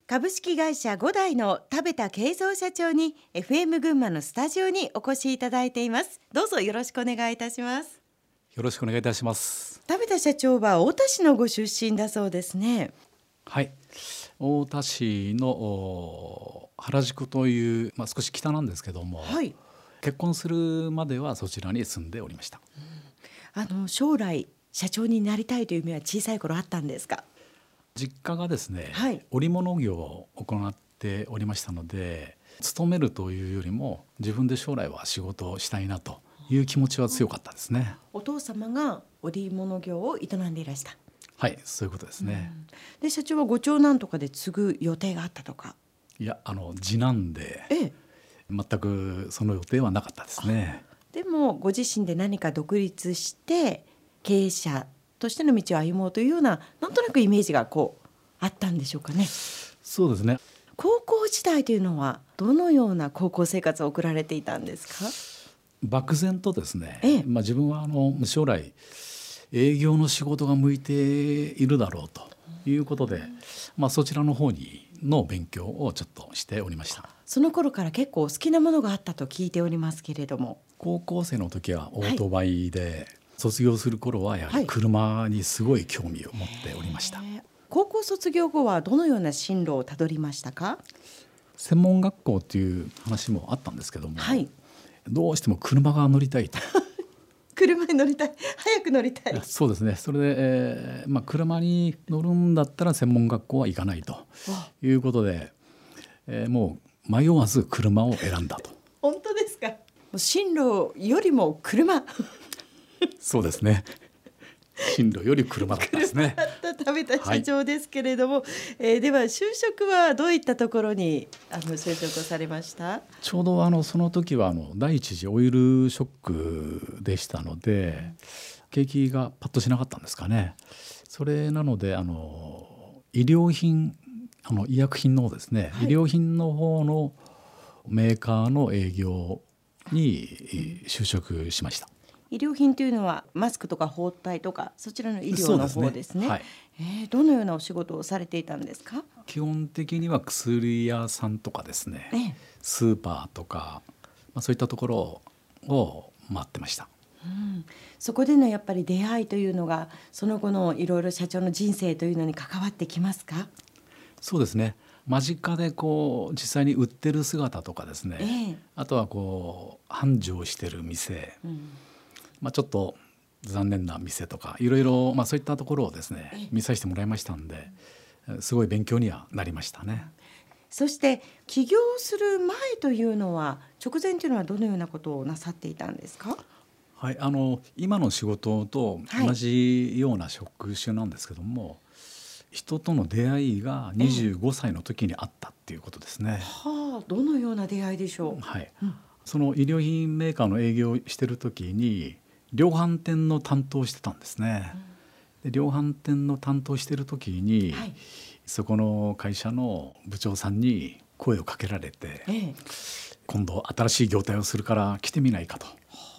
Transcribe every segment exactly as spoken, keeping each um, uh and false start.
株式会社五代の田部田慶三社長に エフエム 群馬のスタジオにお越しいただいています。どうぞよろしくお願いいたします。 よろしくお願いいたします。 田部田社長は太田市のご出身だそうですね。 はい、太田市の原宿という、まあ、少し北なんですけども、 はい、 結婚するまではそちらに住んでおりました。 うん、あの将来社長になりたいという夢は小さい頃あったんですか？ 実家がですね、 はい、 織物業を行っておりましたので、勤めるというよりも自分で将来は仕事をしたいなという気持ちは強かったですね。 お父様が織物業を営んでいらした。 はい、そういうことですね。 うん、で社長はご長男とかで継ぐ予定があったとか？ いや、あの次男で、 ええ、 全くその予定はなかったですね。 でもご自身で何か独立して経営者としての道を歩もうというような、なんとなくイメージがこうあったんでしょうかね。 そうですね。 高校時代というのはどのような高校生活を送られていたんですか？ 漠然とですね、 ええ、 まあ、自分はあの将来営業の仕事が向いているだろうということで、まあ、そちらの方にの勉強をちょっとしておりました。 その頃から結構好きなものがあったと聞いておりますけれども。 高校生の時はオートバイで、はい、卒業する頃はやはり車にすごい興味を持っておりました。 高校卒業後はどのような進路をたどりましたか？ 専門学校という話もあったんですけども、 はい、 どうしても車が乗りたいと車に乗りたい、早く乗りたい。 そうですね。それで、えーまあ、車に乗るんだったら専門学校は行かないということで、えー、もう迷わず車を選んだと。 本当ですか？進路よりも車そうですね。進路より車だったですね。 車だった田部田社長ですけれども、はい、えー、では就職はどういったところにあの就職をされました？ ちょうどあのその時はあの第一次オイルショックでしたので、景気がパッとしなかったんですかね。それなのであの医療品、あの医薬品のですね、はい、医療品の方のメーカーの営業に就職しました。 医療品というのはマスクとか包帯とかそちらの医療の方ですね。 はい、 えー、どのようなお仕事をされていたんですか？ 基本的には薬屋さんとかですね、ええ、スーパーとか、まあ、そういったところを回ってました。 うん、そこでのやっぱり出会いというのがその後のいろいろ社長の人生というのに関わってきますか？ そうですね。間近でこう実際に売ってる姿とかですね、ええ、あとはこう繁盛してる店、うん、まあ、ちょっと残念な店とかいろいろ、まあ、そういったところをですね見させてもらいましたんで、すごい勉強にはなりましたね。 そして起業する前というのは直前というのはどのようなことをなさっていたんですか？ はい、あの今の仕事と同じような職種なんですけども、はい、人との出会いがにじゅうごさいの時にあったっていうことですね。 えー、はあ、どのような出会いでしょう？ はい、うん、その医療品メーカーの営業をしてる時に量販店の担当してたんですね。で量販店の担当してる時に、はい、そこの会社の部長さんに声をかけられて、ええ、今度新しい業態をするから来てみないかと。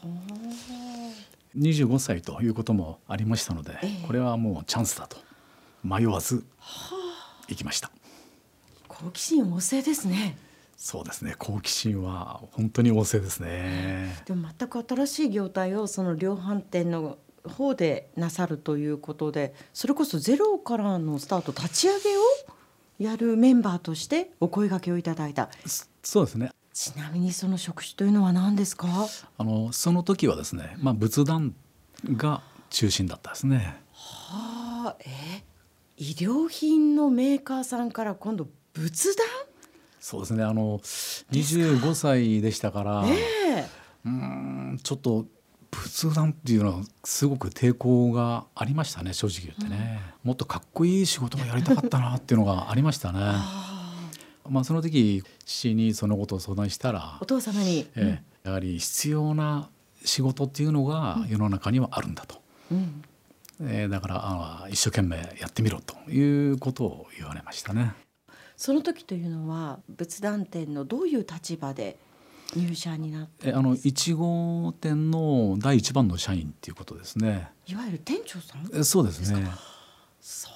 にじゅうごさいということもありましたので、ええ、これはもうチャンスだと迷わず行きました。 好奇心旺盛ですね。 そうですね。好奇心は本当に旺盛ですね。 でも全く新しい業態をその量販店の方でなさるということで、それこそゼロからのスタート立ち上げをやるメンバーとしてお声掛けをいただいた。 そうですね。 ちなみにその職種というのは何ですか？ あのその時はですね、まあ、仏壇が中心だったですね。 はあ、え医療品のメーカーさんから今度仏壇？ そうですね。あのにじゅうごさいでしたから、 えー、 うーんちょっと仏壇っていうのはすごく抵抗がありましたね、正直言ってね、うん、もっとかっこいい仕事がやりたかったなっていうのがありましたね。まあ、その時父にそのことを相談したら、 お父様に、 えーうん、やはり必要な仕事っていうのが世の中にはあるんだと、うん、えー、だからあ一生懸命やってみろということを言われましたね。 その時というのは仏壇店のどういう立場で入社になったんですか？ えあのいち号店の第一番の社員っていうことですね。 いわゆる店長さん？ えそうですね。 そう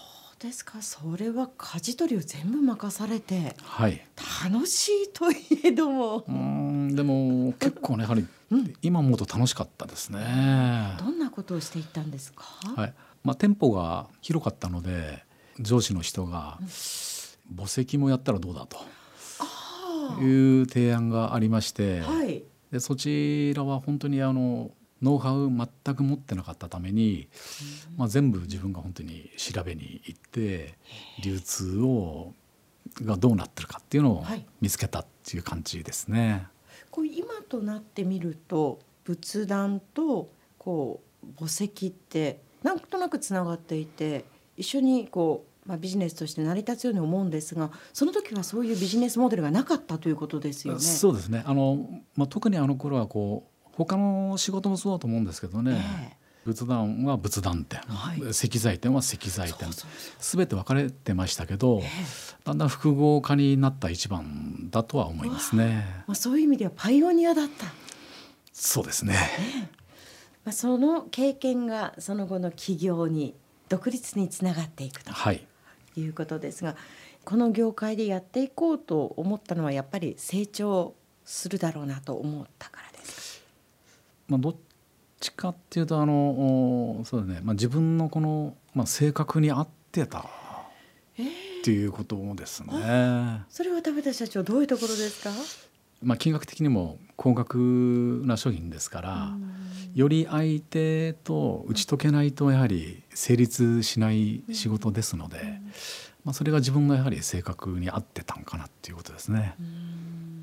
ですか。それは舵取りを全部任されて、 はい、 楽しいといえども、 うーんでも結構ねやはり今思うと楽しかったですね。 どんなことをしていったんですか。 はい、まあ、店舗が広かったので上司の人が墓石もやったらどうだという提案がありまして、 はい、 でそちらは本当にあのノウハウ全く持ってなかったために、まあ、全部自分が本当に調べに行って流通をがどうなってるかっていうのを見つけたっていう感じですね。 こう今となってみると仏壇とこう墓石ってなんとなくつながっていて一緒にこう、まあ、ビジネスとして成り立つように思うんですが、その時はそういうビジネスモデルがなかったということですよね。 そうですね。あの、まあ、特にあの頃はこう他の仕事もそうだと思うんですけどね、えー仏壇は仏壇店、はい、石材店は石材店、すべて分かれてましたけど、えー、だんだん複合化になった一番だとは思いますね。 まあ、そういう意味ではパイオニアだった。 そうですね、 えーまあ、その経験がその後の起業に独立につながっていくと、はい、いうことですが、この業界でやっていこうと思ったのはやっぱり成長するだろうなと思ったからですか。 まあ、どっちかっていうとあのそうだね、まあ、自分のこの、まあ、性格に合ってたっていうことですね。えー、 それは田社長どういうところですか。 まあ、金額的にも高額な商品ですから、より相手と打ち解けないとやはり成立しない仕事ですので、まあ、それが自分がやはり性格に合ってたんかなっていうことですね。 うん、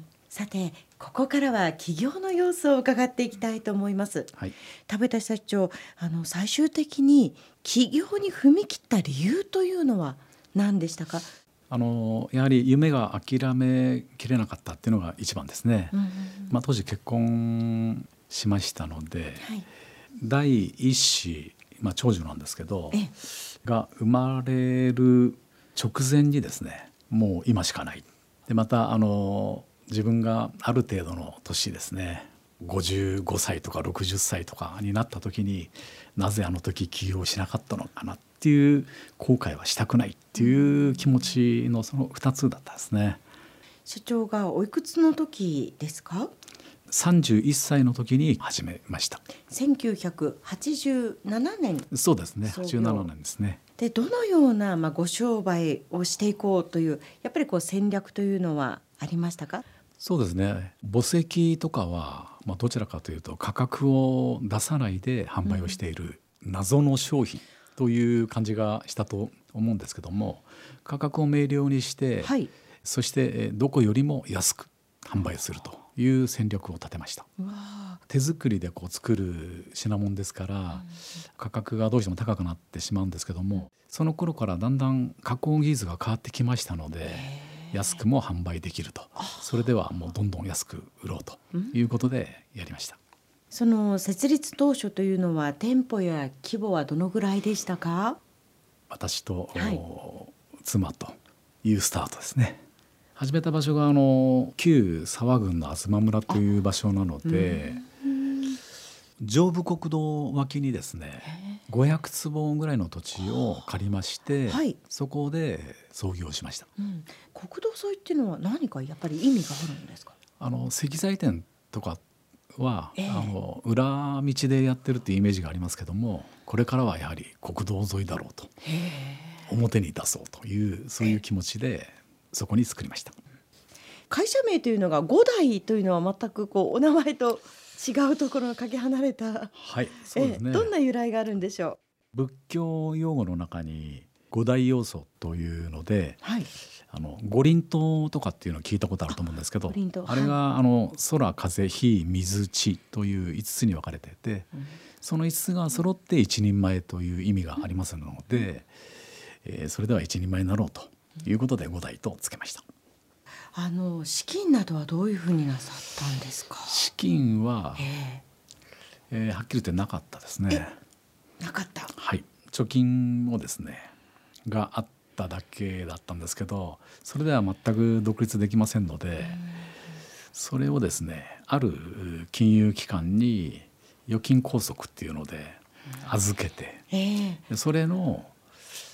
さてここからは起業の様子を伺っていきたいと思います。はい、田部田社長、あの最終的に起業に踏み切った理由というのは何でしたか。 あのやはり夢が諦めきれなかったっていうのが一番ですね。うんうんうん、まあ、当時結婚しましたので、はい、第一子、まあ、長女なんですけどが生まれる直前にですね、もう今しかない。でまたあの自分がある程度の年ですね、ごじゅうごさいとかろくじゅっさいとかになった時になぜあの時起業しなかったのかなっていう後悔はしたくないっていう気持ちのそのふたつだったですね。 社長がおいくつの時ですか。 さんじゅういっさいの時に始めました。 せんきゅうひゃくはちじゅうななねん。 そうですね、はちじゅうななねんですね。 でどのような、まあ、ご商売をしていこうというやっぱりこう戦略というのはありましたか。 そうですね、墓石とかは、まあ、どちらかというと価格を出さないで販売をしている謎の商品という感じがしたと思うんですけども、価格を明瞭にして、はい、そしてどこよりも安く販売するという戦略を立てました。手作りでこう作る品物ですから、うん、価格がどうしても高くなってしまうんですけども、その頃からだんだん加工技術が変わってきましたので安くも販売できると、それではもうどんどん安く売ろうということでやりました。 その設立当初というのは店舗や規模はどのぐらいでしたか。 私と、はい、妻というスタートですね。始めた場所があの旧佐和郡の東村という場所なので、上武国道脇にですねごひゃくつぼぐらいの土地を借りまして、はい、そこで創業しました。 うん、国道沿いっていうのは何かやっぱり意味があるんですか。 あの石材店とかは、えー、あの裏道でやってるっていうイメージがありますけども、これからはやはり国道沿いだろうと、表に出そうというそういう気持ちでそこに作りました。 会社名というのが五代というのは全くこうお名前と違うところがかけ離れた、 はい、そうですね。 どんな由来があるんでしょう。仏教用語の中に五大要素というので、はい、あの五輪塔とかっていうのを聞いたことあると思うんですけど、 あ, あれが、はい、あの空風火水地といういつつに分かれていて、うん、そのいつつが揃って一人前という意味がありますので、うんえー、それでは一人前になろうということで五代とつけました。 あの資金などはどういうふうになさったんですか。 資金は、えーえー、はっきり言ってなかったですね。 なかった。 はい、貯金をですねがあっただけだったんですけど、それでは全く独立できませんので、それをですねある金融機関に預金拘束っていうので預けて、えー、それの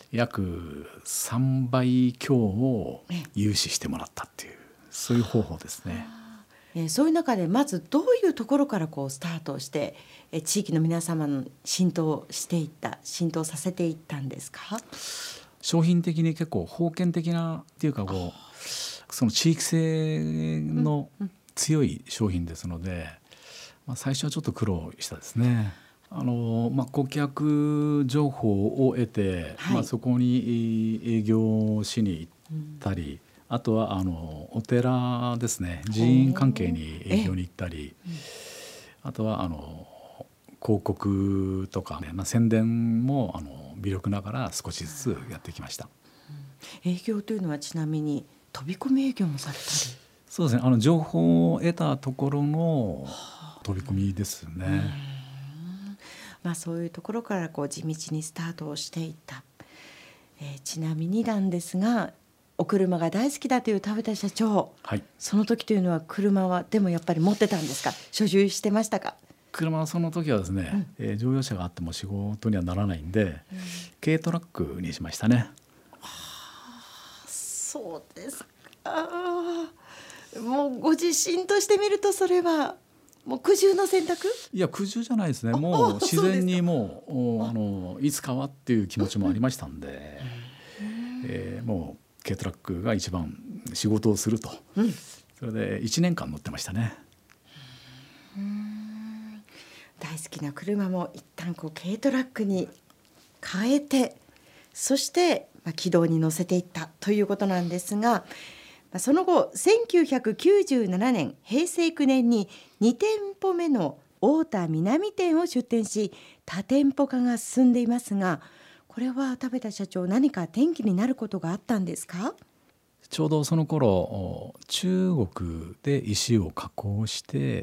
約さんばい強を融資してもらったっていう、そういう方法ですね。 えー、そういう中でまずどういうところからこうスタートして、えー、地域の皆様の浸透していった浸透させていったんですか？ 商品的に結構封建的なっていうかこうその地域性の強い商品ですので、まあ、最初はちょっと苦労したですね。あのまあ、顧客情報を得て、はい、まあ、そこに営業しに行ったり、うん、あとはあのお寺ですね、寺院関係に営業に行ったり、うん、あとはあの広告とか、ね、まあ、宣伝もあの微力ながら少しずつやってきました。 うん、営業というのはちなみに飛び込み営業もされたり？ そうですね、あの情報を得たところの飛び込みですね。うん、 まあ、そういうところからこう地道にスタートをしていった、えー、ちなみになんですが、お車が大好きだという田畑社長、 はい、 その時というのは車はでもやっぱり持ってたんですか？所有してましたか？ 車はその時はですね、うん、えー、乗用車があっても仕事にはならないんで、うん、軽トラックにしましたね。 あ、そうですか。もうご自身としてみるとそれはもう苦渋の選択？ いや苦渋じゃないですね。もう自然にもうあのいつかはっていう気持ちもありましたんで、うん、えー、もう軽トラックが一番仕事をすると、うん、それでいちねんかん乗ってましたね。 うーん、大好きな車も一旦こう軽トラックに変えて、そしてまあ軌道に乗せていったということなんですが、その後せんきゅうひゃくきゅうじゅうななねんへいせいきゅうねんににてんぽめの太田南店を出店し、多店舗化が進んでいますが、これは田畑社長、何か転機になることがあったんですか？ ちょうどその頃中国で石を加工して、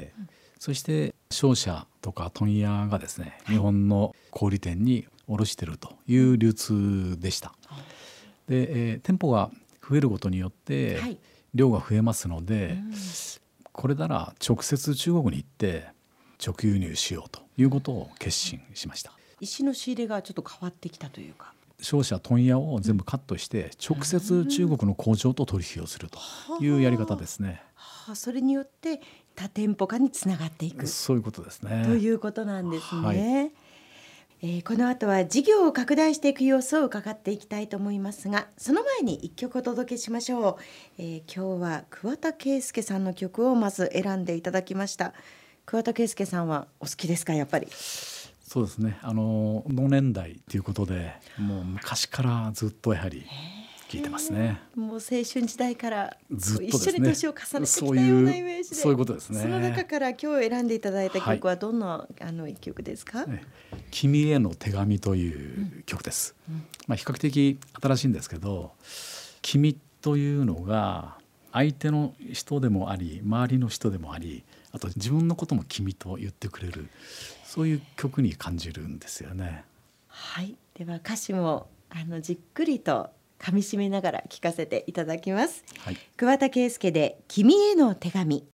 うん、そして商社とか問屋がですね、日本の小売店に卸しているという流通でした。で、えー、店舗が増えることによって量が増えますので、はい、うん、これなら直接中国に行って直輸入しようということを決心しました。 石の仕入れがちょっと変わってきたというか、 商社問屋を全部カットして直接中国の工場と取引をするというやり方ですね。 はあ、それによって多店舗化につながっていく、 そういうことですね。 ということなんですね。はい、えー、この後は事業を拡大していく様子を伺っていきたいと思いますが、その前に一曲お届けしましょう。えー、今日は桑田佳祐さんの曲をまず選んでいただきました。桑田佳祐さんはお好きですか？やっぱり。 そうですね、あの同年代ということで、もう昔からずっとやはり聞いてますね。 もう青春時代からずっとですね、 一緒に年を重ねてきたようなイメージで、 そういうことですね。 その中から今日選んでいただいた曲はどんな、はい、あの一曲ですか？ ね、君への手紙という曲です。うんうん、まあ、比較的新しいんですけど、君というのが相手の人でもあり、周りの人でもあり、あと自分のことも君と言ってくれる、そういう曲に感じるんですよね。 はい、では歌詞もあのじっくりと噛み締めながら聞かせていただきます。はい、桑田佳祐で君への手紙。